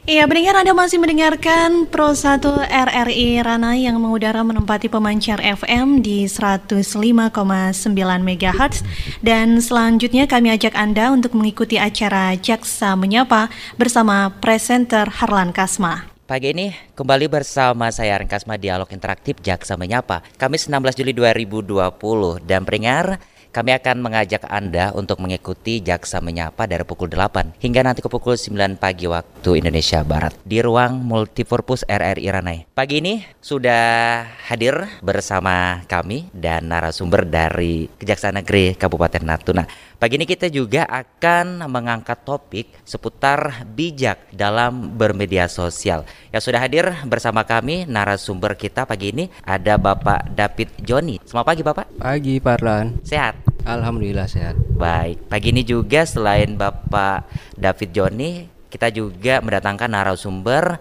Iya, pendengar Anda masih mendengarkan Pro 1 RRI Ranai yang mengudara menempati pemancar FM di 105,9 MHz. Dan selanjutnya kami ajak Anda untuk mengikuti acara Jaksa Menyapa bersama presenter Harlan Kasma. Pagi ini kembali bersama saya Harlan Kasma, Dialog Interaktif Jaksa Menyapa, Kamis 16 Juli 2020. Dan pendengar, kami akan mengajak Anda untuk mengikuti Jaksa Menyapa dari pukul 8 hingga nanti ke pukul 9 pagi waktu Indonesia Barat di ruang Multipurpose RRI Ranai. Pagi ini sudah hadir bersama kami dan narasumber dari Kejaksaan Negeri Kabupaten Natuna. Pagi ini kita juga akan mengangkat topik seputar bijak dalam bermedia sosial. Yang sudah hadir bersama kami narasumber kita pagi ini ada Bapak David Joni. Selamat pagi Bapak. Pagi Parlan. Sehat? Alhamdulillah sehat. Baik, pagi ini juga selain Bapak David Joni, kita juga mendatangkan narasumber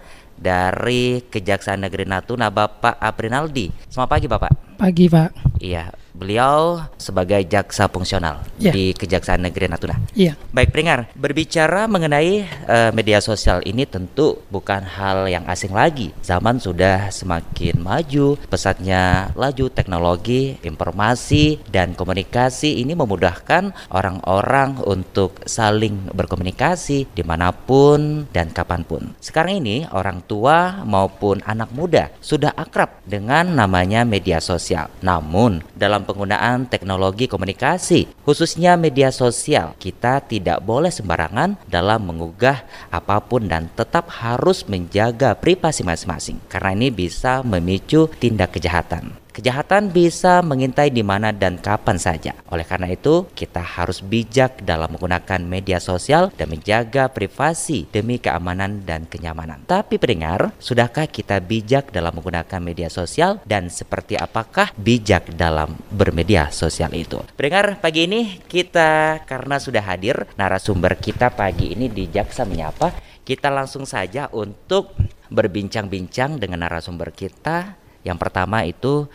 dari Kejaksaan Negeri Natuna, Bapak Aprinaldi. Selamat pagi Bapak. Pagi Pak. Iya, beliau sebagai jaksa fungsional di Kejaksaan Negeri Natuna. Iya. Baik pendengar, berbicara mengenai media sosial ini tentu bukan hal yang asing lagi. Zaman sudah semakin maju, pesatnya laju teknologi, informasi, dan komunikasi ini memudahkan orang-orang untuk saling berkomunikasi dimanapun dan kapanpun. Sekarang ini orang tua maupun anak muda sudah akrab dengan namanya media sosial. Namun dalam penggunaan teknologi komunikasi, khususnya media sosial, kita tidak boleh sembarangan dalam mengunggah apapun dan tetap harus menjaga privasi masing-masing, karena ini bisa memicu tindak kejahatan. Kejahatan bisa mengintai di mana dan kapan saja. Oleh karena itu, kita harus bijak dalam menggunakan media sosial dan menjaga privasi demi keamanan dan kenyamanan. Tapi pendengar, sudahkah kita bijak dalam menggunakan media sosial dan seperti apakah bijak dalam bermedia sosial itu? Pendengar, pagi ini kita karena sudah hadir narasumber kita pagi ini di Jaksa Menyapa, kita langsung saja untuk berbincang-bincang dengan narasumber kita. Yang pertama itu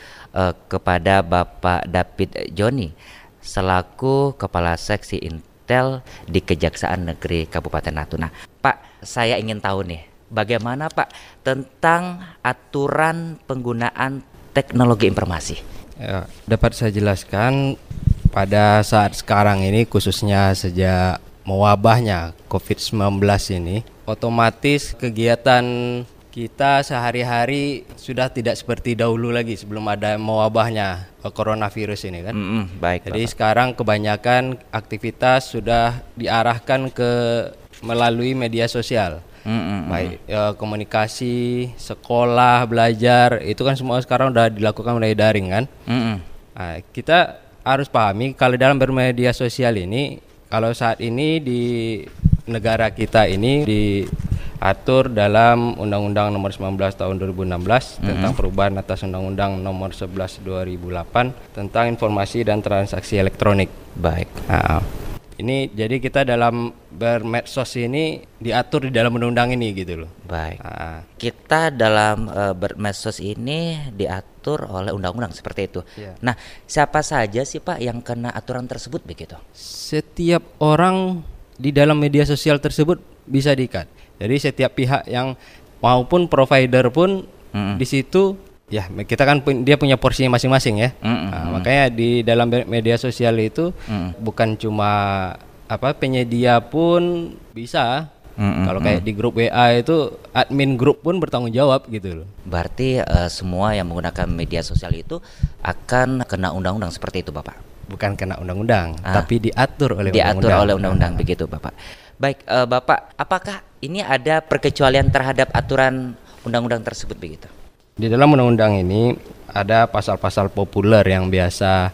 kepada Bapak David Joni selaku Kepala Seksi Intel di Kejaksaan Negeri Kabupaten Natuna. Pak, saya ingin tahu nih, bagaimana Pak tentang aturan penggunaan teknologi informasi? Ya, dapat saya jelaskan pada saat sekarang ini, khususnya sejak mewabahnya COVID-19 ini, otomatis kegiatan kita sehari-hari sudah tidak seperti dahulu lagi sebelum ada mewabahnya coronavirus ini kan. Baik. Jadi sekarang kebanyakan aktivitas sudah diarahkan ke melalui media sosial. Baik komunikasi, sekolah, belajar, itu kan semua sekarang sudah dilakukan melalui daring kan. Nah, kita harus pahami kalau dalam bermedia sosial ini, kalau saat ini di negara kita ini diatur dalam Undang-Undang Nomor 19 Tahun 2016 tentang perubahan atas Undang-Undang Nomor 11 2008 tentang informasi dan transaksi elektronik. Baik. Nah, ini jadi kita dalam bermedsos ini diatur di dalam undang-undang ini gitu loh. Baik. Kita dalam bermedsos ini diatur oleh undang-undang seperti itu. Nah, siapa saja sih Pak yang kena aturan tersebut begitu? Setiap orang di dalam media sosial tersebut bisa diikat. Jadi setiap pihak yang maupun provider pun di situ ya kita kan dia punya porsinya masing-masing ya. Makanya di dalam media sosial itu bukan cuma penyedia pun bisa. Kalau kayak di grup WA itu admin grup pun bertanggung jawab gitu loh. Berarti semua yang menggunakan media sosial itu akan kena undang-undang seperti itu Bapak? Bukan kena undang-undang, tapi diatur oleh undang-undang begitu Bapak. Baik, Bapak, apakah ini ada perkecualian terhadap aturan undang-undang tersebut begitu? Di dalam undang-undang ini ada pasal-pasal populer yang biasa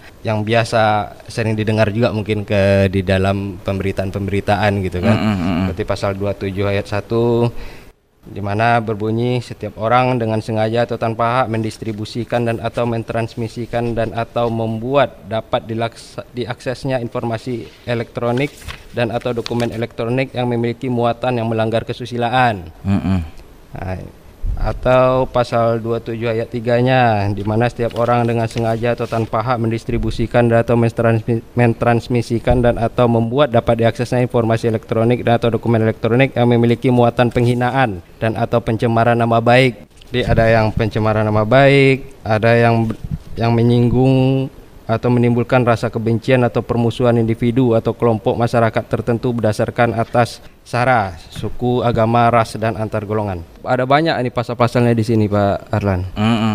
sering didengar juga mungkin di dalam pemberitaan gitu kan. Seperti pasal 27 ayat 1 di mana berbunyi setiap orang dengan sengaja atau tanpa hak mendistribusikan dan atau mentransmisikan dan atau membuat dapat diaksesnya informasi elektronik dan atau dokumen elektronik yang memiliki muatan yang melanggar kesusilaan. Nah, atau pasal 27 ayat 3-nya, di mana setiap orang dengan sengaja atau tanpa hak mendistribusikan dan atau mentransmisikan dan atau membuat dapat diaksesnya informasi elektronik dan atau dokumen elektronik yang memiliki muatan penghinaan dan atau pencemaran nama baik. Jadi ada yang pencemaran nama baik, ada yang menyinggung atau menimbulkan rasa kebencian atau permusuhan individu atau kelompok masyarakat tertentu berdasarkan atas sara, suku, agama, ras dan antar golongan. Ada banyak ini pasal-pasalnya di sini, Pak Arlan.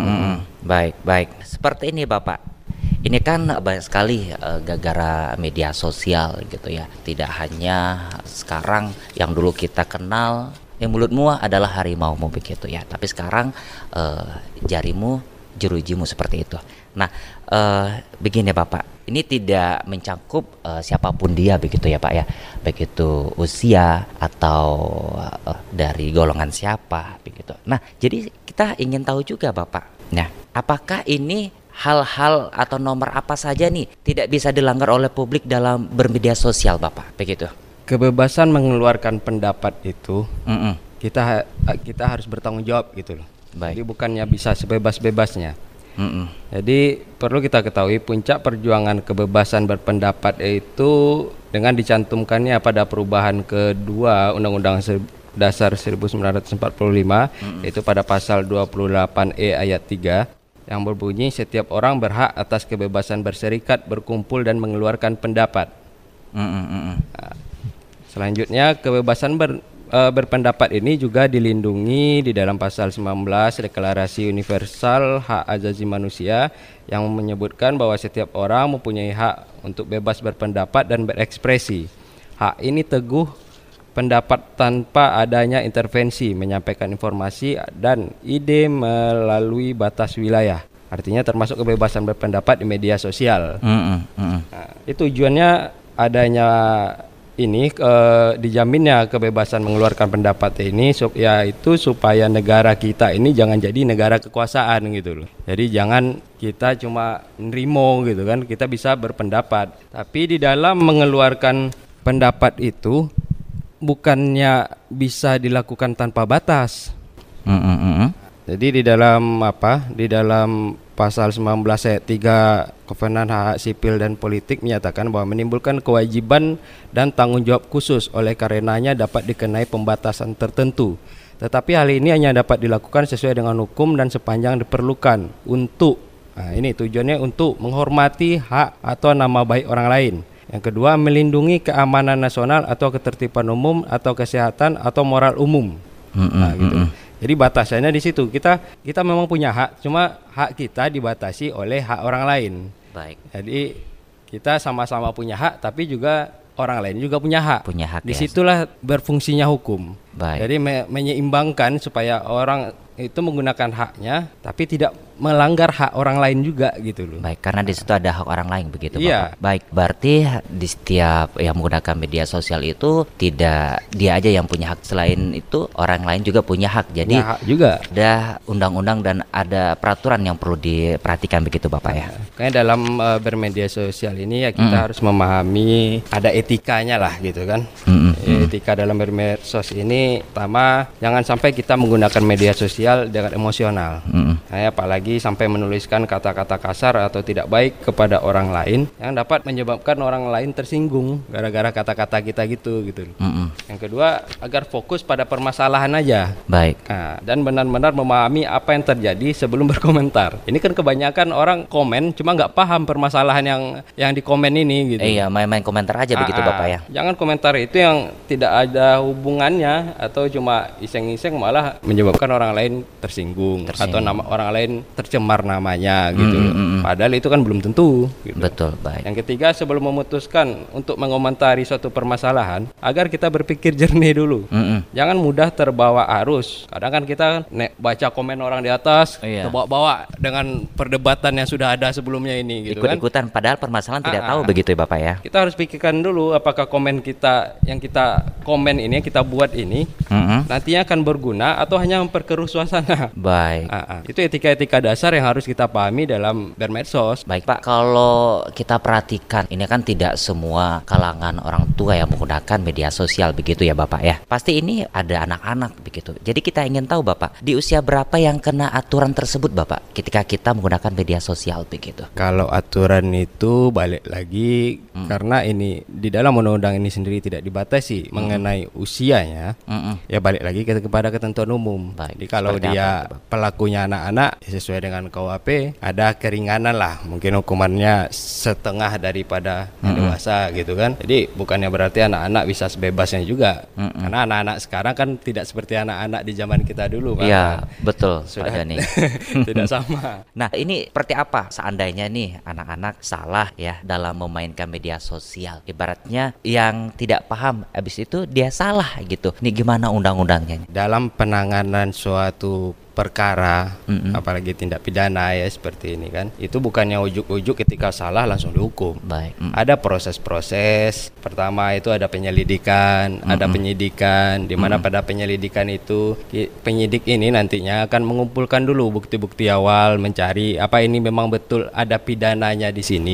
Baik. Seperti ini, Bapak. Ini kan banyak sekali gara-gara media sosial gitu ya. Tidak hanya sekarang yang dulu kita kenal, yang mulutmu adalah harimaumu begitu ya. Tapi sekarang jarimu jerujimu seperti itu. Nah, begini Bapak, ini tidak mencakup siapapun dia begitu ya Pak ya, begitu usia atau dari golongan siapa begitu. Nah, jadi kita ingin tahu juga Bapak, nah, apakah ini hal-hal atau nomor apa saja nih tidak bisa dilanggar oleh publik dalam bermedia sosial Bapak, begitu? Kebebasan mengeluarkan pendapat itu, kita harus bertanggung jawab gitu loh. Baik. Jadi bukannya bisa sebebas-bebasnya. Jadi perlu kita ketahui puncak perjuangan kebebasan berpendapat itu dengan dicantumkannya pada perubahan kedua Undang-Undang Dasar 1945 yaitu pada pasal 28E ayat 3 yang berbunyi setiap orang berhak atas kebebasan berserikat, berkumpul dan mengeluarkan pendapat. Nah, selanjutnya kebebasan berpendapat ini juga dilindungi di dalam pasal 19 Deklarasi Universal Hak Asasi Manusia yang menyebutkan bahwa setiap orang mempunyai hak untuk bebas berpendapat dan berekspresi. Hak ini teguh pendapat tanpa adanya intervensi, menyampaikan informasi dan ide melalui batas wilayah. Artinya termasuk kebebasan berpendapat di media sosial. Nah, itu tujuannya adanya ini dijaminnya kebebasan mengeluarkan pendapat ini yaitu supaya negara kita ini jangan jadi negara kekuasaan gitu loh. Jadi jangan kita cuma nerimo gitu kan, kita bisa berpendapat. Tapi di dalam mengeluarkan pendapat itu bukannya bisa dilakukan tanpa batas. Jadi di dalam pasal 19 ayat 3 Kovenan Hak Sipil dan Politik menyatakan bahwa menimbulkan kewajiban dan tanggung jawab khusus, oleh karenanya dapat dikenai pembatasan tertentu. Tetapi hal ini hanya dapat dilakukan sesuai dengan hukum dan sepanjang diperlukan untuk, ini tujuannya untuk menghormati hak atau nama baik orang lain. Yang kedua, melindungi keamanan nasional atau ketertiban umum atau kesehatan atau moral umum. Gitu. Jadi batasannya di situ. Kita memang punya hak, cuma hak kita dibatasi oleh hak orang lain. Baik. Jadi kita sama-sama punya hak, tapi juga orang lain juga punya hak. Disitulah berfungsinya hukum. Baik. Jadi menyeimbangkan supaya orang itu menggunakan haknya, tapi tidak melanggar hak orang lain juga gitu loh. Baik, karena di situ ada hak orang lain begitu Iya. Bapak. Baik, berarti di setiap yang menggunakan media sosial itu tidak dia aja yang punya hak, selain itu orang lain juga punya hak. Jadi hak juga. ada undang-undang dan ada peraturan yang perlu diperhatikan begitu Bapak ya. Kayaknya dalam bermedia sosial ini ya kita harus memahami ada etikanya lah gitu kan. Etika dalam bermedsos ini pertama jangan sampai kita menggunakan media sosial dengan emosional. Apalagi sampai menuliskan kata-kata kasar atau tidak baik kepada orang lain yang dapat menyebabkan orang lain tersinggung gara-gara kata-kata kita gitu. Yang kedua, agar fokus pada permasalahan aja. Baik. Dan benar-benar memahami apa yang terjadi sebelum berkomentar. Ini kan kebanyakan orang komen cuma nggak paham permasalahan yang di komen ini gitu. Iya, main-main komentar aja begitu Bapak ya. Jangan komentar itu yang tidak ada hubungannya atau cuma iseng-iseng malah menyebabkan orang lain tersinggung. Atau nama orang lain tercemar namanya gitu. Padahal itu kan belum tentu gitu. Betul, baik. Yang ketiga, sebelum memutuskan untuk mengomentari suatu permasalahan, agar kita berpikir jernih dulu. Jangan mudah terbawa arus. Kadang kan kita baca komen orang di atas, terbawa-bawa dengan perdebatan yang sudah ada sebelumnya ini gitu. Ikut-ikutan padahal permasalahan tidak tahu begitu ya Bapak ya. Kita harus pikirkan dulu apakah komen kita yang kita komen ini, yang kita buat ini nantinya akan berguna atau hanya memperkeruh suasana. Baik. Itu etika-etika dasar yang harus kita pahami dalam bermedsos. Baik Pak, kalau kita perhatikan ini kan tidak semua kalangan orang tua yang menggunakan media sosial begitu begitu ya Bapak ya. Pasti ini ada anak-anak begitu. Jadi kita ingin tahu Bapak, di usia berapa yang kena aturan tersebut Bapak ketika kita menggunakan media sosial begitu? Kalau aturan itu balik lagi karena ini di dalam undang-undang ini sendiri tidak dibatasi mengenai usianya. Ya balik lagi kepada ketentuan umum. Baik, jadi kalau dia pelakunya anak-anak sesuai dengan KUHP ada keringanan lah, mungkin hukumannya setengah daripada dewasa gitu kan. Jadi bukannya berarti anak-anak bisa sebebasnya juga. Karena anak-anak sekarang kan tidak seperti anak-anak di zaman kita dulu. Iya, betul. Sudah nih. tidak sama. Nah, ini seperti apa seandainya nih anak-anak salah ya dalam memainkan media sosial. Ibaratnya yang tidak paham habis itu dia salah gitu. Ini gimana undang-undangnya? Dalam penanganan suatu perkara, apalagi tindak pidana ya seperti ini kan, itu bukannya ujuk-ujuk ketika salah langsung dihukum. Baik. Ada proses-proses. Pertama itu ada penyelidikan, ada penyidikan, di mana pada penyelidikan itu penyidik ini nantinya akan mengumpulkan dulu bukti-bukti awal, mencari apa ini memang betul ada pidananya di sini.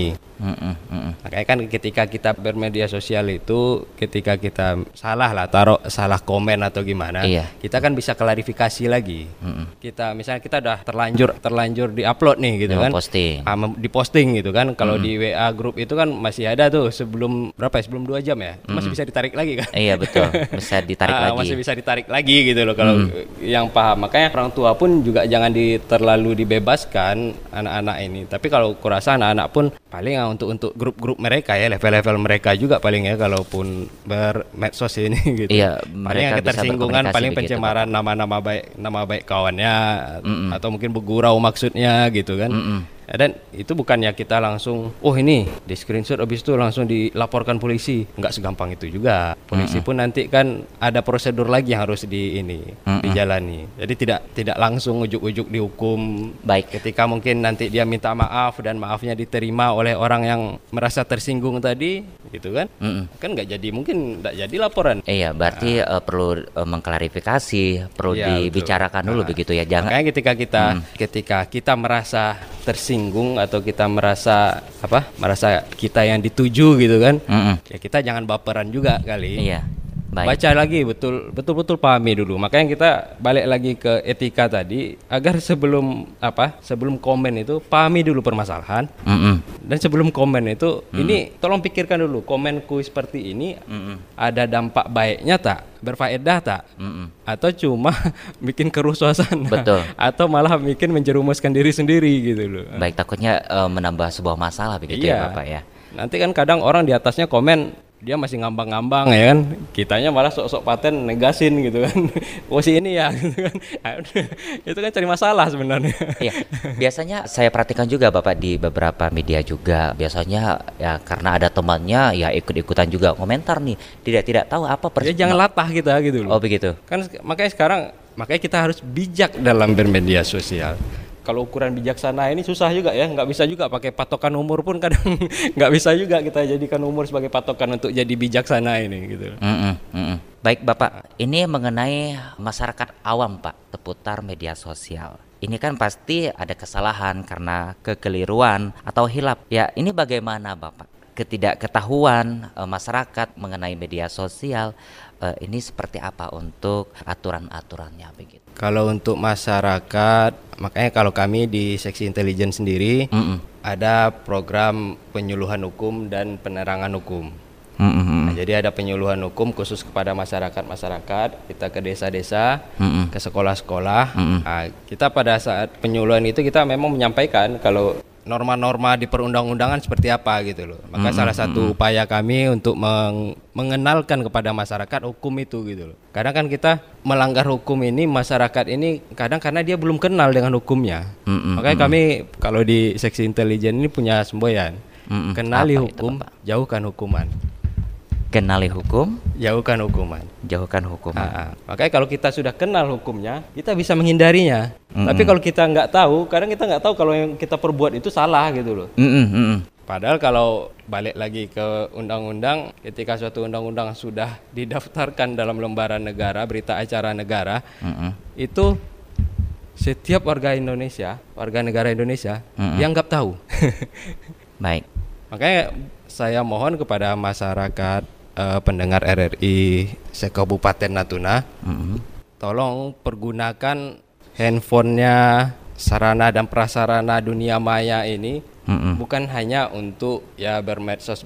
Makanya kan ketika kita bermedia sosial itu, ketika kita salah lah, taruh salah komen atau gimana, kita kan bisa klarifikasi lagi. Kita misalnya kita udah terlanjur di-upload nih gitu kan, diposting gitu kan. Kalau di WA grup itu kan masih ada tuh sebelum 2 jam ya, masih bisa ditarik lagi kan. Iya betul, bisa ditarik lagi. Masih bisa ditarik lagi gitu loh kalau yang paham. Makanya orang tua pun juga jangan terlalu dibebaskan anak-anak ini. Tapi kalau kurasa anak-anak pun paling untuk grup-grup mereka ya, level-level mereka juga paling ya, kalaupun bermedsos ini gitu. Iya, paling yang ketersinggungan paling pencemaran nama baik kawannya, atau mungkin bergurau maksudnya gitu kan. Dan itu bukannya kita langsung ini di screenshot habis itu langsung dilaporkan polisi. Nggak segampang itu juga. Polisi pun nanti kan ada prosedur lagi yang harus dijalani. Jadi tidak langsung ujuk-ujuk dihukum. Baik. Ketika mungkin nanti dia minta maaf dan maafnya diterima oleh orang yang merasa tersinggung tadi, gitu kan? Kan mungkin nggak jadi laporan. Iya, berarti perlu mengklarifikasi, perlu dibicarakan dulu begitu ya. Jangan. Makanya ketika kita merasa tersinggung atau kita merasa kita yang dituju gitu kan, ya kita jangan baperan juga kali. Iya. Baik. Baca lagi betul-betul pahami dulu. Makanya kita balik lagi ke etika tadi, agar sebelum komen itu pahami dulu permasalahan. Dan sebelum komen itu ini tolong pikirkan dulu, komenku seperti ini ada dampak baiknya tak, berfaedah tak, atau cuma bikin keruh suasana. Betul. Atau malah bikin menjerumuskan diri sendiri gitu loh. Baik, takutnya menambah sebuah masalah begitu ya Bapak ya. Nanti kan kadang orang di atasnya komen dia masih ngambang-ngambang ya kan, kitanya malah sok-sok paten negasin gitu kan. Si ini ya gitu kan. Itu kan cari masalah sebenarnya. Iya, biasanya saya perhatikan juga Bapak di beberapa media juga, biasanya ya karena ada temannya ya ikut-ikutan juga komentar nih, tidak tahu apa jangan latah kita gitu loh. Oh begitu. Kan makanya kita harus bijak dalam bermedia sosial. Kalau ukuran bijaksana ini susah juga ya, nggak bisa juga pakai patokan umur pun kadang nggak bisa juga kita jadikan umur sebagai patokan untuk jadi bijaksana ini gitu. Baik Bapak, ini mengenai masyarakat awam Pak seputar media sosial. Ini kan pasti ada kesalahan karena kekeliruan atau hilap. Ya ini bagaimana Bapak? Ketidakketahuan masyarakat mengenai media sosial, ini seperti apa untuk aturan-aturannya begitu? Kalau untuk masyarakat, makanya kalau kami di Seksi Intelijen sendiri ada program penyuluhan hukum dan penerangan hukum. Nah, jadi ada penyuluhan hukum khusus kepada masyarakat, kita ke desa-desa, ke sekolah-sekolah. Nah, kita pada saat penyuluhan itu kita memang menyampaikan kalau norma-norma di perundang-undangan seperti apa gitu loh. Maka salah satu upaya kami untuk mengenalkan kepada masyarakat hukum itu gitu loh. Kadang kan kita melanggar hukum ini, masyarakat ini kadang karena dia belum kenal dengan hukumnya. Makanya kami kalau di Seksi Intelijen ini punya semboyan. Kenali hukum, jauhkan hukuman. Kenali hukum, jauhkan hukuman. Jauhkan hukuman. Makanya kalau kita sudah kenal hukumnya, kita bisa menghindarinya. Tapi kalau kita nggak tahu, kadang kita nggak tahu kalau yang kita perbuat itu salah gitu loh. Padahal kalau balik lagi ke undang-undang, ketika suatu undang-undang sudah didaftarkan dalam lembaran negara, berita acara negara, itu setiap warga negara Indonesia dianggap tahu. Baik. Makanya saya mohon kepada masyarakat pendengar RRI se-Kabupaten Natuna, tolong pergunakan handphonenya, sarana dan prasarana dunia maya ini bukan hanya untuk ya bermedsos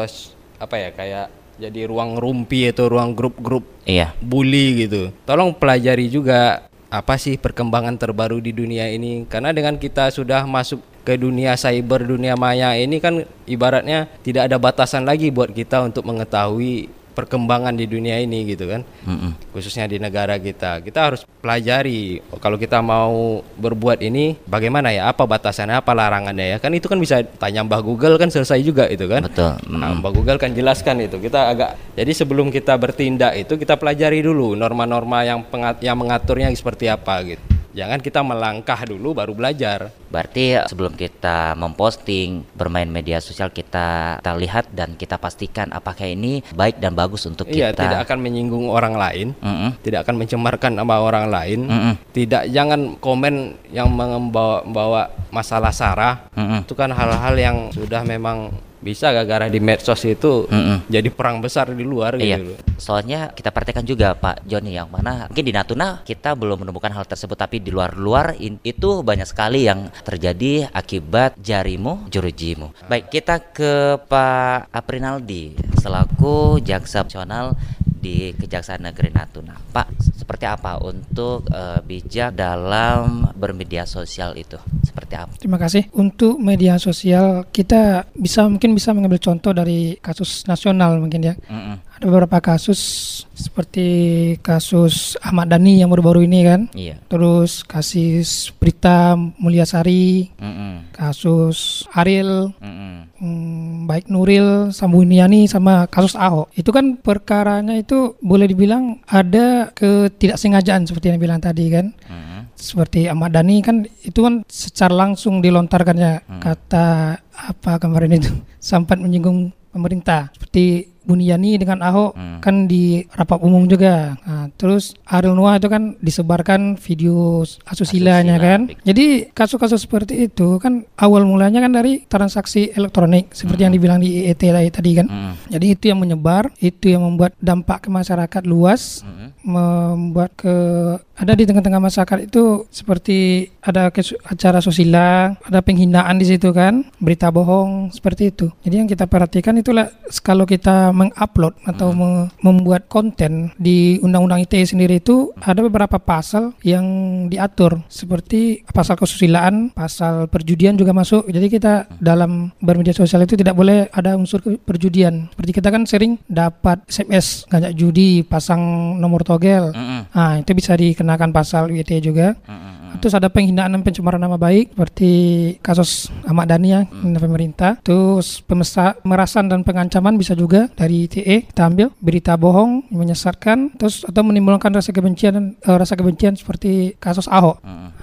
kayak jadi ruang rumpi atau ruang grup-grup bully gitu. Tolong pelajari juga apa sih perkembangan terbaru di dunia ini, karena dengan kita sudah masuk ke dunia cyber, dunia maya ini kan ibaratnya tidak ada batasan lagi buat kita untuk mengetahui perkembangan di dunia ini gitu kan. Khususnya di negara kita harus pelajari kalau kita mau berbuat ini bagaimana ya, apa batasannya, apa larangannya ya, kan itu kan bisa tanya Mbah Google kan selesai juga itu kan. Betul. Mbah Google kan jelaskan itu. Jadi sebelum kita bertindak itu kita pelajari dulu norma-norma yang mengaturnya seperti apa gitu. Jangan kita melangkah dulu baru belajar. Berarti sebelum kita memposting, bermain media sosial, kita lihat dan kita pastikan apakah ini baik dan bagus untuk kita. Iya, tidak akan menyinggung orang lain, tidak akan mencemarkan nama orang lain, jangan komen yang membawa masalah sara. Itu kan hal-hal yang sudah memang bisa gara-gara di medsos itu jadi perang besar di luar gitu. Soalnya kita perhatikan juga Pak Joni, yang mana mungkin di Natuna kita belum menemukan hal tersebut, tapi di luar itu banyak sekali yang terjadi akibat jarimu jurujimu. Baik, kita ke Pak Aprinaldi selaku Jaksa Nasional di Kejaksaan Negeri Natuna. Pak, seperti apa untuk bijak dalam bermedia sosial itu? Seperti apa? Terima kasih. Untuk media sosial kita mungkin bisa mengambil contoh dari kasus nasional mungkin ya. Ada beberapa kasus seperti kasus Ahmad Dhani yang baru-baru ini kan. Iya. Terus kasus Berita Mulyasari, kasus Ariel, baik Nuril, Sambuniani sama kasus Ahok. Itu kan perkaranya itu boleh dibilang ada ketidaksengajaan seperti yang bilang tadi kan. Seperti Ahmad Dhani kan itu kan secara langsung dilontarkannya kata apa kemarin itu sempat menyinggung pemerintah. Seperti Buniani dengan Ahok kan di rapat umum juga. Nah, terus Ariel Noah itu kan disebarkan video asusila-nya kan. Jadi kasus-kasus seperti itu kan awal mulanya kan dari transaksi elektronik seperti yang dibilang di IET tadi kan. Jadi itu yang menyebar, itu yang membuat dampak ke masyarakat luas, membuat ada di tengah-tengah masyarakat itu seperti ada acara susila, ada penghinaan di situ kan, berita bohong seperti itu. Jadi yang kita perhatikan itulah kalau kita mengupload atau membuat konten di Undang-Undang ITE sendiri itu ada beberapa pasal yang diatur seperti pasal kesusilaan, pasal perjudian juga masuk. Jadi kita dalam bermedia sosial itu tidak boleh ada unsur perjudian. Seperti kita kan sering dapat SMS ngajak judi, pasang nomor togel. Nah, itu bisa dikenakan pasal ITE juga. Terus ada penghinaan dan pencemaran nama baik seperti kasus Ahmad Dhani ya, pemerintah. Terus pemerasan dan pengancaman bisa juga dari ITE kita ambil, berita bohong menyesatkan, terus atau menimbulkan rasa kebencian seperti kasus Ahok.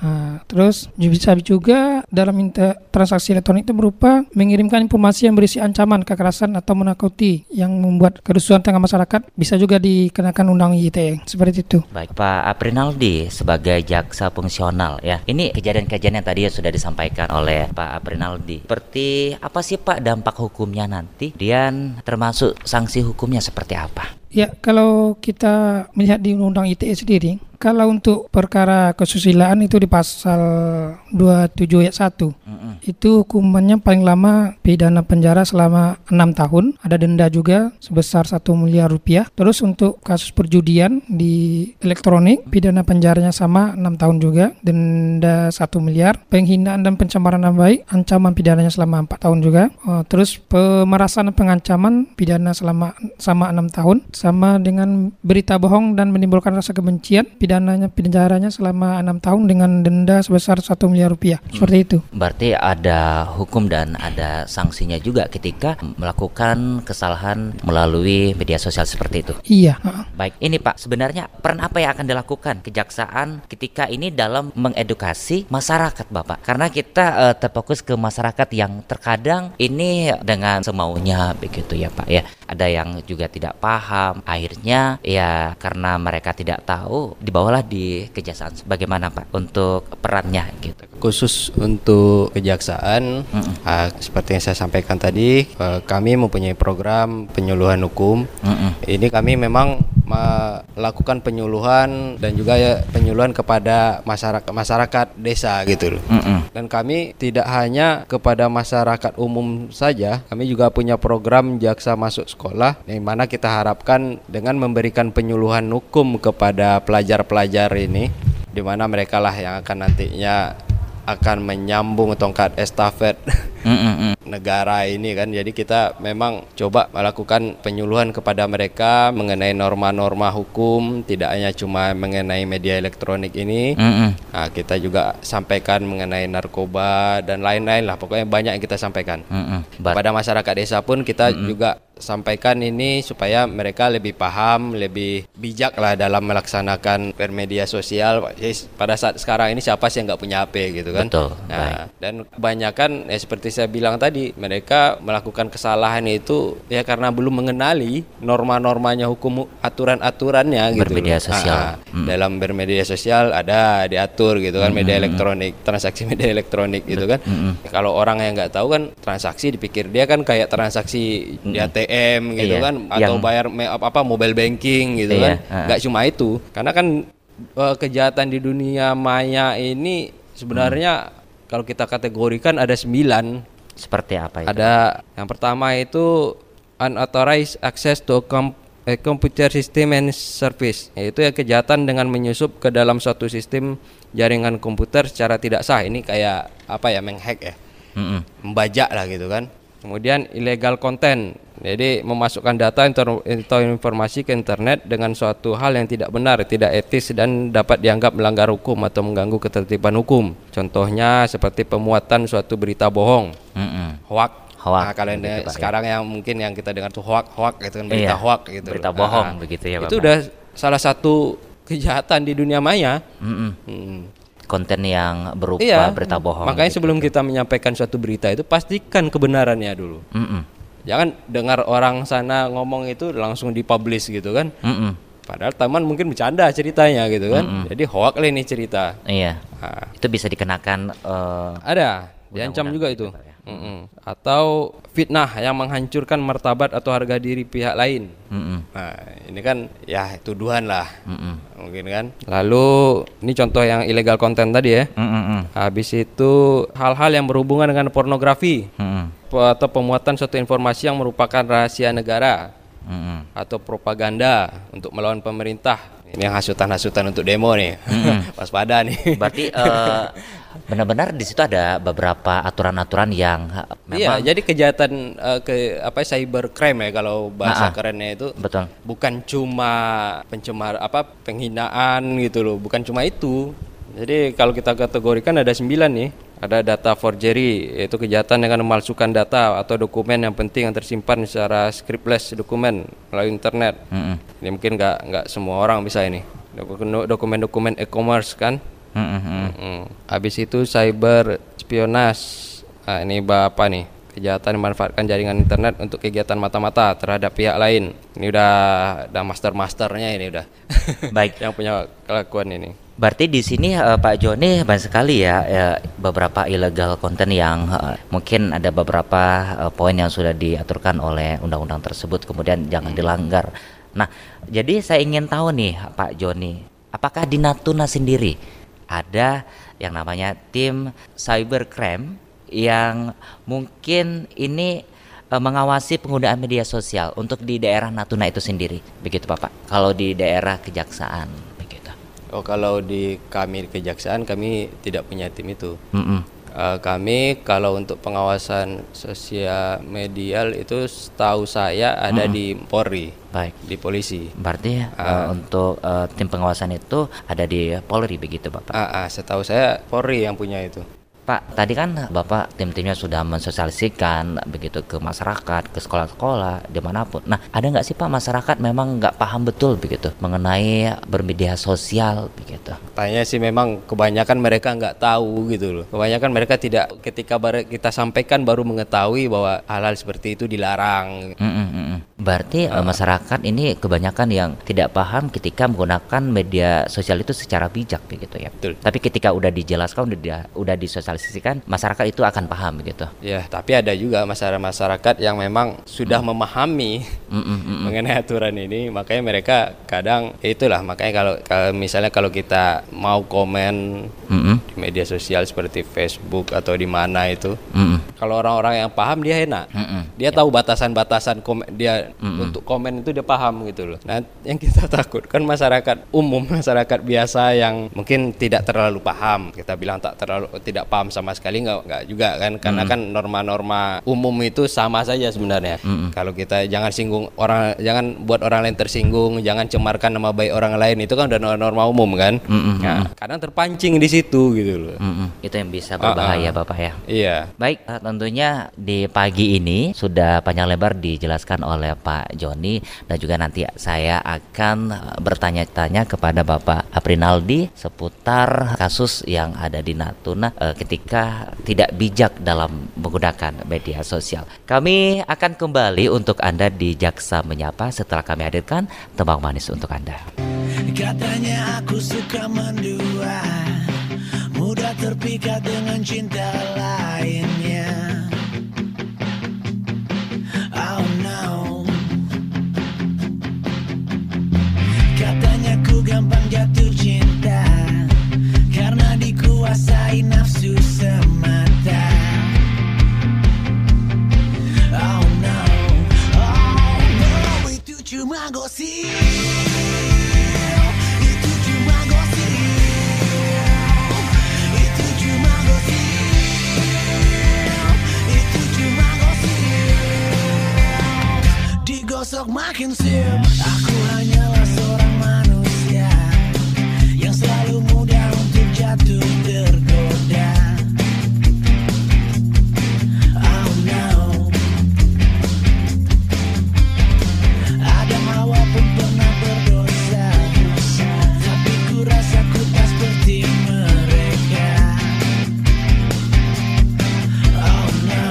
Terus bisa juga dalam transaksi elektronik itu berupa mengirimkan informasi yang berisi ancaman, kekerasan atau menakuti yang membuat kerusuhan tengah masyarakat, bisa juga dikenakan undang ITE seperti itu. Baik, Pak Aprinaldi sebagai jaksa fungsional ya. Ini kejadian-kejadian yang tadi sudah disampaikan oleh Pak Aprinaldi. Seperti apa sih Pak dampak hukumnya nanti? Dan termasuk sanksi hukumnya seperti apa? Ya, kalau kita melihat di Undang-Undang ITE sendiri, kalau untuk perkara kesusilaan itu di pasal 27 ayat 1 itu hukumannya paling lama pidana penjara selama 6 tahun, ada denda juga sebesar 1 miliar rupiah. Terus untuk kasus perjudian di elektronik pidana penjaranya sama 6 tahun juga, denda 1 miliar. Penghinaan dan pencemaran nama baik ancaman pidananya selama 4 tahun juga. Terus pemerasan dan pengancaman pidana sama 6 tahun, sama dengan berita bohong dan menimbulkan rasa kebencian penjaranya selama 6 tahun dengan denda sebesar 1 miliar rupiah. Seperti itu. Berarti ada hukum dan ada sanksinya juga ketika melakukan kesalahan melalui media sosial seperti itu. Iya. Baik, ini Pak, sebenarnya peran apa yang akan dilakukan kejaksaan ketika ini dalam mengedukasi masyarakat Bapak? Karena kita terfokus ke masyarakat yang terkadang ini dengan semaunya begitu ya Pak ya. ada yang juga tidak paham. Akhirnya ya karena mereka tidak tahu, dibawalah di kejaksaan. Bagaimana Pak untuk perannya gitu? Khusus untuk kejaksaan, seperti yang saya sampaikan tadi, kami mempunyai program penyuluhan hukum. Ini kami memang melakukan penyuluhan dan juga penyuluhan kepada masyarakat desa gitu loh. Dan kami tidak hanya kepada masyarakat umum saja, kami juga punya program Jaksa Masuk Sekolah, yang mana kita harapkan dengan memberikan penyuluhan hukum kepada pelajar-pelajar ini, di mana mereka lah yang akan nantinya akan menyambung tongkat estafet negara ini kan. Jadi kita memang coba melakukan penyuluhan kepada mereka mengenai norma-norma hukum, tidak hanya cuma mengenai media elektronik ini. Nah, kita juga sampaikan mengenai narkoba dan lain-lain lah, pokoknya banyak yang kita sampaikan. Pada masyarakat desa pun kita juga sampaikan ini supaya mereka lebih paham, lebih bijak lah dalam melaksanakan bermedia sosial. Pada saat sekarang ini siapa sih yang nggak punya HP gitu kan? Betul. Nah, dan kebanyakan seperti saya bilang tadi, mereka melakukan kesalahan itu ya karena belum mengenali norma-normanya hukum, aturan-aturannya gitu. Bermedia sosial. Dalam bermedia sosial ada diatur gitu kan, media elektronik, transaksi media elektronik gitu kan. Kalau orang yang nggak tahu kan, transaksi dipikir dia kan kayak transaksi di ATM gitu kan, atau bayar mobile banking gitu kan. Nggak cuma itu, karena kan kejahatan di dunia maya ini sebenarnya kalau kita kategorikan ada 9. Seperti apa itu? Ada yang pertama itu unauthorized access to computer system and service, yaitu ya kejahatan dengan menyusup ke dalam suatu sistem jaringan komputer secara tidak sah. Ini kayak apa ya, menghack ya, membajak lah gitu kan. Kemudian illegal content, jadi memasukkan data atau informasi ke internet dengan suatu hal yang tidak benar, tidak etis, dan dapat dianggap melanggar hukum atau mengganggu ketertiban hukum. Contohnya seperti pemuatan suatu berita bohong, hoax. Nah, kalau sekarang yang mungkin yang kita dengar tuh hoax gitu kan, berita hoax gitu. Berita bohong begitu ya Bapak. Itu udah salah satu kejahatan di dunia maya. Konten yang berupa berita bohong. Makanya sebelum kita menyampaikan suatu berita itu pastikan kebenarannya dulu. Jangan dengar orang sana ngomong itu langsung dipublish gitu kan. Padahal teman mungkin bercanda ceritanya gitu kan. Jadi hoax lah ini cerita. Iya. Itu bisa dikenakan ada, diancam juga itu. Atau fitnah yang menghancurkan martabat atau harga diri pihak lain. Nah, ini kan ya tuduhan lah, mungkin kan. Lalu ini contoh yang illegal content tadi ya. Habis itu hal-hal yang berhubungan dengan pornografi, atau pemuatan suatu informasi yang merupakan rahasia negara, atau propaganda untuk melawan pemerintah. Ini yang hasutan-hasutan untuk demo nih. Waspada nih. Berarti benar-benar di situ ada beberapa aturan-aturan yang memang jadi kejahatan cybercrime ya kalau bahasa kerennya itu. Betul. Bukan cuma penghinaan gitu loh, bukan cuma itu. Jadi kalau kita kategorikan ada 9 nih. Ada data forgery, yaitu kejahatan dengan memalsukan data atau dokumen yang penting yang tersimpan secara scriptless dokumen melalui internet. Ini mungkin nggak semua orang bisa ini. Dokumen-dokumen e-commerce kan. Habis itu cyber espionage. Nah, ini apa nih? Kejahatan memanfaatkan jaringan internet untuk kegiatan mata-mata terhadap pihak lain. Ini udah master-masternya ini udah. Baik. Yang punya kelakuan ini. Berarti di sini Pak Joni banyak sekali ya beberapa illegal content yang mungkin ada beberapa poin yang sudah diaturkan oleh undang-undang tersebut, kemudian jangan dilanggar. Nah, jadi saya ingin tahu nih Pak Joni, apakah di Natuna sendiri ada yang namanya tim cybercrime yang mungkin ini mengawasi penggunaan media sosial untuk di daerah Natuna itu sendiri, begitu Pak? Kalau di daerah kejaksaan. Oh, kalau di kami kejaksaan kami tidak punya tim itu. Kami kalau untuk pengawasan sosial media itu setahu saya ada di Polri. Baik, di polisi. Berarti untuk tim pengawasan itu ada di Polri begitu Bapak? Setahu saya Polri yang punya itu. Pak, tadi kan Bapak tim-timnya sudah mensosialisikan begitu ke masyarakat, ke sekolah-sekolah, dimanapun. Nah, ada nggak sih Pak masyarakat memang nggak paham betul begitu mengenai bermedia sosial begitu? Tanya sih memang kebanyakan mereka nggak tahu gitu loh. Kebanyakan mereka tidak, ketika kita sampaikan baru mengetahui bahwa hal-hal seperti itu dilarang. berarti masyarakat ini kebanyakan yang tidak paham ketika menggunakan media sosial itu secara bijak begitu ya. Betul. Tapi ketika udah dijelaskan, udah disosialisasikan, masyarakat itu akan paham begitu. Ya, tapi ada juga masyarakat yang memang sudah memahami mengenai aturan ini, makanya mereka kadang itulah, makanya kalau misalnya kalau kita mau komen di media sosial seperti Facebook atau di mana itu, kalau orang-orang yang paham dia enak, dia tahu batasan-batasan komen dia untuk komen itu dia paham gitu loh. Nah, yang kita takut kan masyarakat umum, masyarakat biasa yang mungkin tidak terlalu paham, kita bilang tidak paham sama sekali nggak juga kan, karena kan norma-norma umum itu sama saja sebenarnya. Kalau kita jangan singgung orang, jangan buat orang lain tersinggung, jangan cemarkan nama baik orang lain, itu kan udah norma umum kan. Nah, kadang terpancing di situ gitu loh. Itu yang bisa berbahaya Bapak ya. Iya. Baik, tentunya di pagi ini sudah panjang lebar dijelaskan oleh Pak Joni, dan juga nanti saya akan bertanya-tanya kepada Bapak Aprinaldi seputar kasus yang ada di Natuna ketika tidak bijak dalam menggunakan media sosial. Kami akan kembali untuk Anda di Jaksa Menyapa setelah kami hadirkan tembang manis untuk Anda. Katanya aku suka mendua, mudah terpikat dengan cinta lainnya. Oh no. Katanya ku gampang jatuh cinta karena dikuasai nafsu semata. Oh no, itu cuma gosip. Itu cuma gosip. Itu cuma gosip. Itu cuma gosip. Digosok makin siap. Aku hanyalah seorang manusia yang selalu mudah untuk jatuh tergoda. Oh no. Adam Hawa pun pernah berdosa, tapi ku rasa ku tak seperti mereka. Oh no.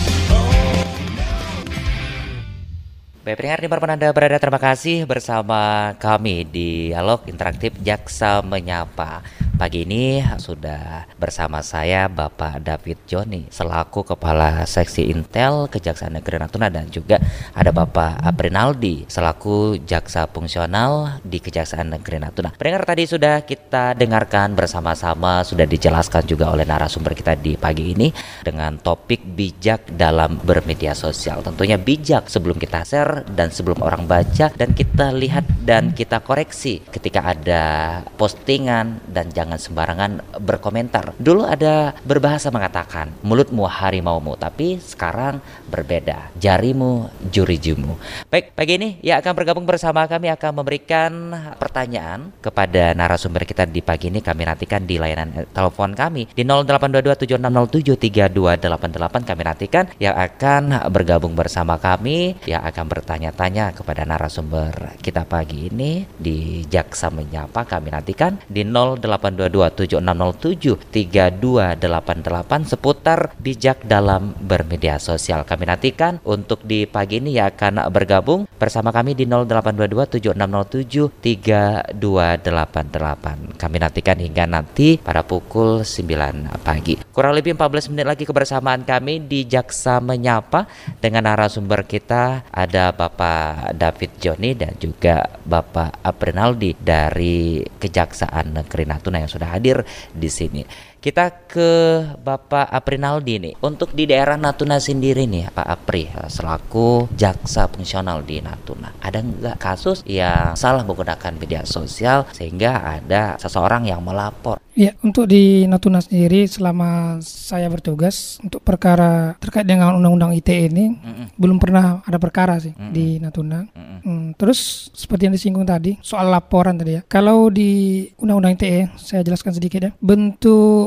Baik pendengar, dimanapun Anda berada, terima kasih bersama kami di Dialog Interaktif Jaksa Menyapa. Pagi ini sudah bersama saya Bapak David Joni selaku Kepala Seksi Intel Kejaksaan Negeri Natuna, dan juga ada Bapak Aprinaldi selaku Jaksa Fungsional di Kejaksaan Negeri Natuna. Pendengar, tadi sudah kita dengarkan bersama-sama, sudah dijelaskan juga oleh narasumber kita di pagi ini dengan topik bijak dalam bermedia sosial. Tentunya bijak sebelum kita share dan sebelum orang baca, dan kita lihat dan kita koreksi ketika ada postingan, dan jangan sembarangan berkomentar. Dulu ada berbahasa mengatakan mulutmu harimaumu, tapi sekarang berbeda, jarimu jurijumu. Baik, pagi ini yang akan bergabung bersama kami akan memberikan pertanyaan kepada narasumber kita di pagi ini. Kami nantikan di layanan telepon kami di 082276073288. Kami nantikan yang akan bergabung bersama kami, yang akan bertanya-tanya kepada narasumber kita pagi ini di Jaksa Menyapa. Kami nantikan di 082276073288 seputar bijak dalam bermedia sosial. Kami nantikan untuk di pagi ini yang akan bergabung bersama kami di 082276073288. Kami nantikan hingga nanti pada pukul 9 pagi. Kurang lebih 14 menit lagi kebersamaan kami di Jaksa Menyapa dengan narasumber kita ada Bapak David Joni dan juga Bapak Aprinaldi dari Kejaksaan Negeri Natuna yang sudah hadir di sini. Kita ke Bapak Aprinaldi nih. Untuk di daerah Natuna sendiri nih, Pak Apri selaku jaksa fungsional di Natuna, ada nggak kasus yang salah menggunakan media sosial sehingga ada seseorang yang melapor? Ya, untuk di Natuna sendiri selama saya bertugas untuk perkara terkait dengan Undang-Undang ITE ini belum pernah ada perkara sih di Natuna. Terus seperti yang disinggung tadi soal laporan tadi ya. Kalau di Undang-Undang ITE saya jelaskan sedikit ya. Bentuk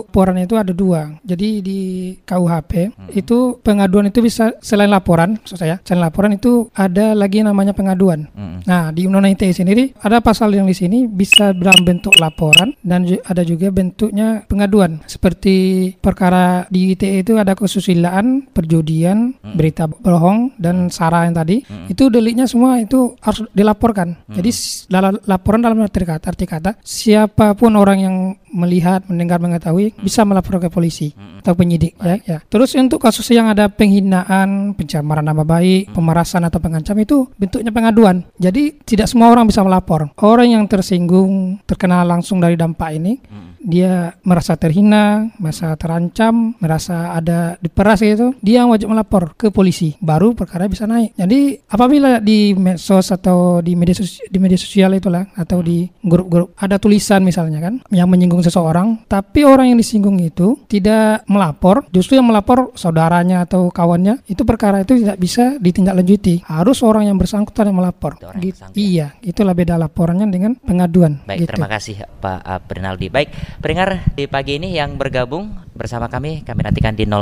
bentuk laporan itu ada dua. Jadi di KUHP itu pengaduan itu bisa selain laporan, maksud saya, selain laporan itu ada lagi namanya pengaduan. Nah, di Undang-Undang ITE sendiri ada pasal yang di sini bisa dalam bentuk laporan dan ada juga bentuknya pengaduan. Seperti perkara di ITE itu ada kesusilaan, perjudian, berita bohong dan sara yang tadi. Itu deliknya semua itu harus dilaporkan. Jadi dalam laporan dalam arti kata siapapun orang yang melihat, mendengar, mengetahui bisa melapor ke polisi atau penyidik ya. Terus untuk kasus yang ada penghinaan, pencemaran nama baik, pemerasan atau pengancam itu bentuknya pengaduan. Jadi tidak semua orang bisa melapor. Orang yang tersinggung, terkena langsung dari dampak ini, dia merasa terhina, merasa terancam, merasa ada diperas gitu, dia wajib melapor ke polisi, baru perkara bisa naik. Jadi apabila di medsos atau di media sosial itulah atau di grup-grup ada tulisan misalnya kan yang menyinggung seseorang, tapi orang yang disinggung itu tidak melapor, justru yang melapor saudaranya atau kawannya, itu perkara itu tidak bisa ditindaklanjuti. Harus orang yang bersangkutan yang melapor. Iya, itulah beda laporannya dengan pengaduan. Baik, gitu. terima kasih Pak Bernaldi. Baik, pendengar di pagi ini yang bergabung bersama kami nantikan di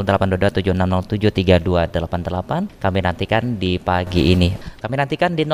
082276073288. Kami nantikan di pagi ini. Kami nantikan di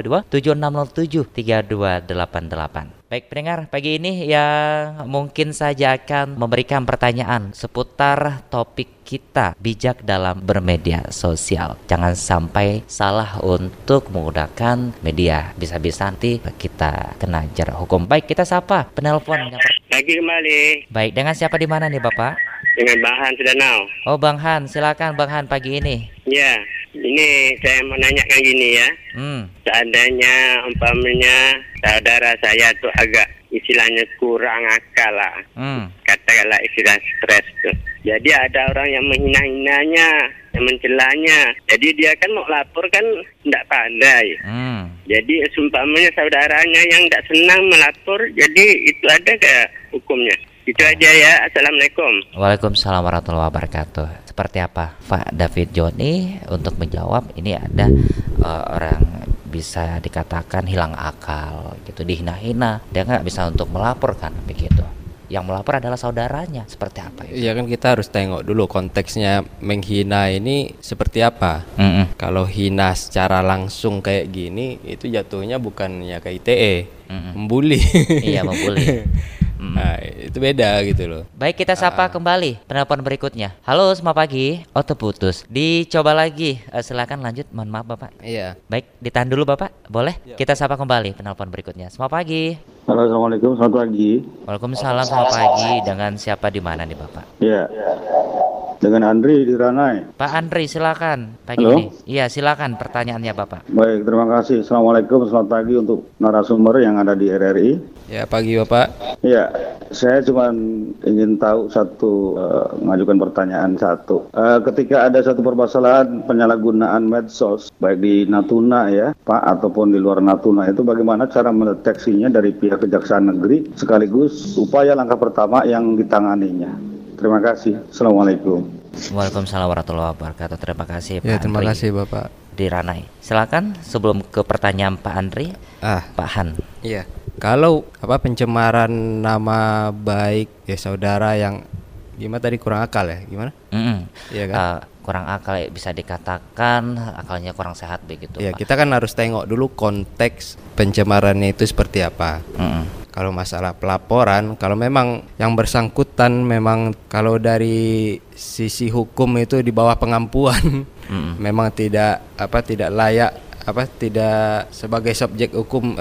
082276073288. Baik pendengar, pagi ini yang mungkin saja akan memberikan pertanyaan seputar topik kita, bijak dalam bermedia sosial. Jangan sampai salah untuk menggunakan media. Bisa-bisa nanti kita kena jerat hukum. Baik, kita sapa penelpon. Lagi kembali Baik, dengan siapa di mana nih Bapak? dengan Bang Han Sudanau. Oh Bang Han, silakan Bang Han pagi ini. Ya, ini saya mau nanyakan gini ya. Seandainya umpamanya saudara saya tuh agak istilahnya kurang akal lah. Katakanlah istilah stres tuh. Jadi ada orang yang menghina-hinanya, yang mencelanya. Jadi dia kan mau lapor kan tidak pandai. Jadi seumpamanya saudaranya yang tidak senang melapor, jadi itu ada ke hukumnya? Itu aja ya. Assalamualaikum. Waalaikumsalam warahmatullahi wabarakatuh. Seperti apa Pak David Joni untuk menjawab ini ada orang bisa dikatakan hilang akal gitu, dihina-hina, dia nggak bisa untuk melaporkan begitu. Yang melapor adalah saudaranya, seperti apa itu? Iya kan kita harus tengok dulu konteksnya menghina ini seperti apa. Kalau hina secara langsung kayak gini itu jatuhnya bukannya ke ITE, membuli. Iya, membuli. Nah, itu beda gitu loh. Baik, kita sapa kembali penelpon berikutnya. Halo, selamat pagi. Oh, terputus. Dicoba lagi. Silakan lanjut. Mohon maaf Bapak. Iya. Baik, ditahan dulu Bapak. Boleh? Kita sapa kembali penelpon berikutnya. Selamat pagi. Halo, assalamualaikum, selamat pagi. Waalaikumsalam, selamat pagi. Dengan siapa di mana nih Bapak? Ya, dengan Andri di Ranai. Pak Andri, silakan pagi Halo? ini. Iya, silakan pertanyaannya Bapak. Baik, terima kasih. Assalamualaikum, selamat pagi untuk narasumber yang ada di RRI. Ya, pagi Bapak. Ya, saya cuma ingin tahu mengajukan pertanyaan satu. Ketika ada satu permasalahan penyalahgunaan medsos, baik di Natuna ya, Pak, ataupun di luar Natuna, itu bagaimana cara mendeteksinya dari pihak Kejaksaan Negeri, sekaligus upaya langkah pertama yang ditanganinya. Terima kasih. Assalamualaikum. Waalaikumsalam warahmatullahi wabarakatuh. Terima kasih Pak Ya, terima Andri kasih Bapak. di Ranai. Silakan sebelum ke pertanyaan Pak Andri, Pak Han. Iya. Kalau pencemaran nama baik ya saudara yang gimana tadi kurang akal ya, gimana? Iya kan? Kurang akal ya, bisa dikatakan akalnya kurang sehat begitu. Ya, Pak. kita kan harus tengok dulu konteks pencemarannya itu seperti apa. Kalau masalah pelaporan, kalau memang yang bersangkutan memang kalau dari sisi hukum itu di bawah pengampuan, memang tidak layak, tidak sebagai subjek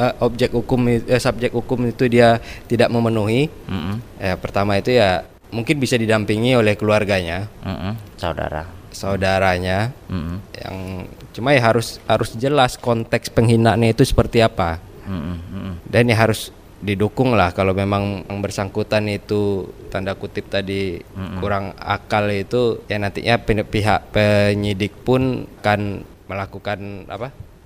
hukum itu dia tidak memenuhi. Ya, pertama itu ya mungkin bisa didampingi oleh keluarganya, saudaranya, yang cuma ya harus jelas konteks penghinaannya itu seperti apa, dan ya harus didukung lah kalau memang yang bersangkutan itu tanda kutip tadi kurang akal itu ya nantinya pihak penyidik pun kan melakukan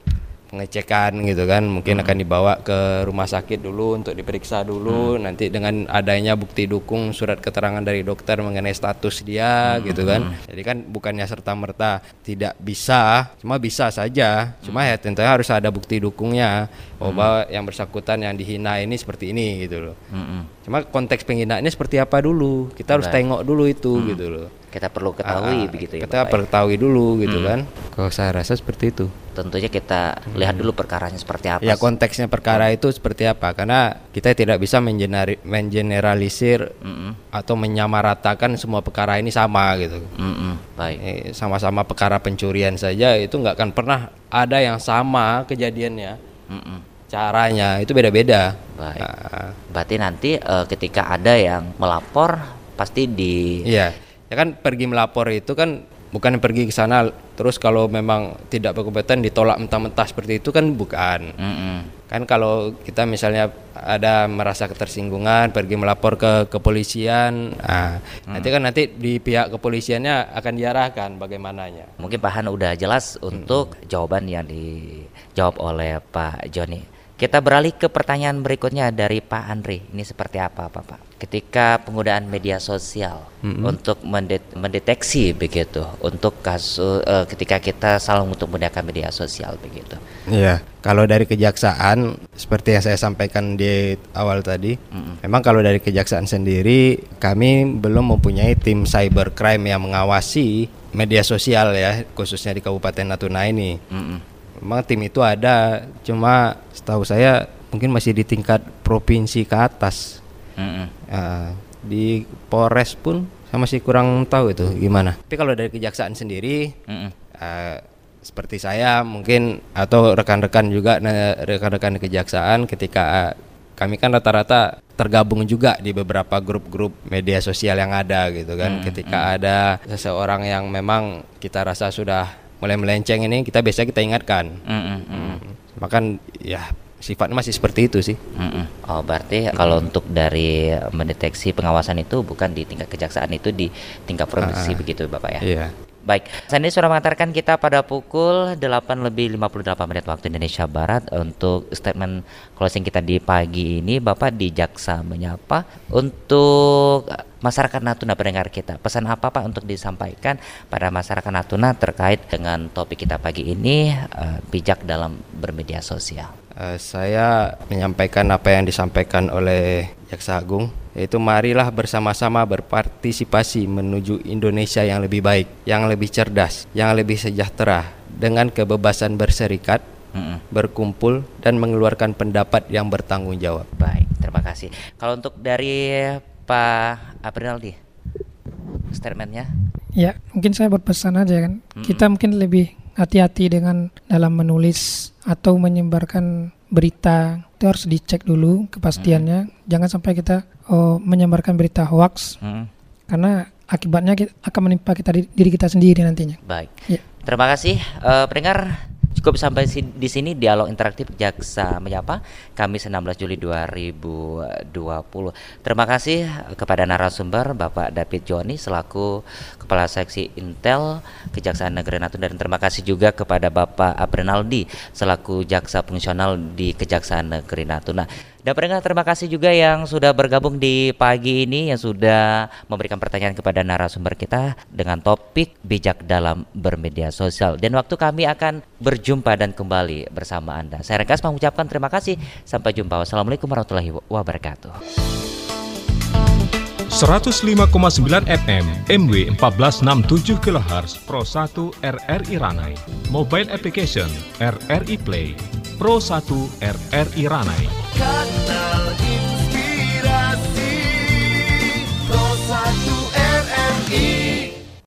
pengecekan gitu kan, mungkin akan dibawa ke rumah sakit dulu untuk diperiksa dulu, nanti dengan adanya bukti dukung surat keterangan dari dokter mengenai status dia gitu kan. Jadi kan bukannya serta-merta tidak bisa, cuma bisa saja, cuma ya tentunya harus ada bukti dukungnya bahwa yang bersangkutan yang dihina ini seperti ini gitu loh. Cuma konteks penghinaannya seperti apa dulu, kita harus tengok dulu itu gitu loh. Kita perlu ketahui begitu ya. Kita perlu ketahui dulu gitu kan. Kalau saya rasa seperti itu. Tentunya kita lihat dulu perkaranya seperti apa. Ya konteksnya perkara itu seperti apa, karena kita tidak bisa mengeneralisir atau menyamaratakan semua perkara ini sama gitu. Baik. Sama-sama perkara pencurian saja itu nggak akan pernah ada yang sama kejadiannya. Caranya itu beda-beda. Baik. Berarti nanti ketika ada yang melapor pasti Iya. Ya kan pergi melapor itu kan bukan pergi ke sana terus kalau memang tidak berkompeten ditolak mentah-mentah seperti itu kan bukan. Kan kalau kita misalnya ada merasa ketersinggungan pergi melapor ke kepolisian, nanti di pihak kepolisiannya akan diarahkan bagaimananya. Mungkin Pak Han udah jelas untuk jawaban yang dijawab oleh Pak Joni. Kita beralih ke pertanyaan berikutnya dari Pak Andri. Ini seperti apa Pak? Ketika penggunaan media sosial untuk mendeteksi begitu, untuk kasus ketika kita salah untuk menggunakan media sosial begitu. Iya, kalau dari kejaksaan seperti yang saya sampaikan di awal tadi, memang kalau dari kejaksaan sendiri kami belum mempunyai tim cybercrime yang mengawasi media sosial ya, khususnya di Kabupaten Natuna ini. Memang tim itu ada, cuma setahu saya mungkin masih di tingkat provinsi ke atas. Di Polres pun saya masih kurang tahu itu gimana. Tapi kalau dari kejaksaan sendiri, seperti saya mungkin atau rekan-rekan juga, rekan-rekan di kejaksaan, ketika kami kan rata-rata tergabung juga di beberapa grup-grup media sosial yang ada gitu kan. Ketika ada seseorang yang memang kita rasa sudah mulai melenceng ini, kita ingatkan. Makan ya sifatnya masih seperti itu sih. Oh berarti kalau untuk dari mendeteksi pengawasan itu bukan di tingkat kejaksaan, itu di tingkat provinsi begitu Bapak ya? Iya. Baik, Sandi sudah mengantarkan kita pada pukul 8:58 waktu Indonesia Barat untuk statement closing kita di pagi ini. Bapak di Jaksa Menyapa, untuk masyarakat Natuna pendengar kita, pesan apa Pak untuk disampaikan pada masyarakat Natuna terkait dengan topik kita pagi ini, bijak dalam bermedia sosial? Saya menyampaikan apa yang disampaikan oleh Jaksa Agung, yaitu marilah bersama-sama berpartisipasi menuju Indonesia yang lebih baik, yang lebih cerdas, yang lebih sejahtera, dengan kebebasan berserikat, berkumpul, dan mengeluarkan pendapat yang bertanggung jawab. Baik, terima kasih. Kalau untuk dari Pak Aprinaldi, statementnya? Ya, mungkin saya berpesan aja kan, kita mungkin lebih hati-hati dengan dalam menulis atau menyebarkan berita. Itu harus dicek dulu kepastiannya. Jangan sampai kita menyebarkan berita hoax, karena akibatnya akan menimpa diri kita sendiri nantinya. Baik. Ya. Terima kasih pendengar. Cukup sampai di sini dialog interaktif Jaksa Menyapa Kamis 16 Juli 2020. Terima kasih kepada narasumber Bapak David Joni selaku Kepala Seksi Intel Kejaksaan Negeri Natuna, dan terima kasih juga kepada Bapak Aprinaldi selaku Jaksa Fungsional di Kejaksaan Negeri Natuna. Dan pendengar, terima kasih juga yang sudah bergabung di pagi ini, yang sudah memberikan pertanyaan kepada narasumber kita dengan topik bijak dalam bermedia sosial. Dan waktu kami akan berjumpa dan kembali bersama Anda. Saya Rengkas mengucapkan terima kasih. Sampai jumpa. Wassalamualaikum warahmatullahi wabarakatuh. 105,9 FM MW 1467 kHz Pro 1 RRI Ranai. Mobile application RRI Play Pro 1 RRI Ranai.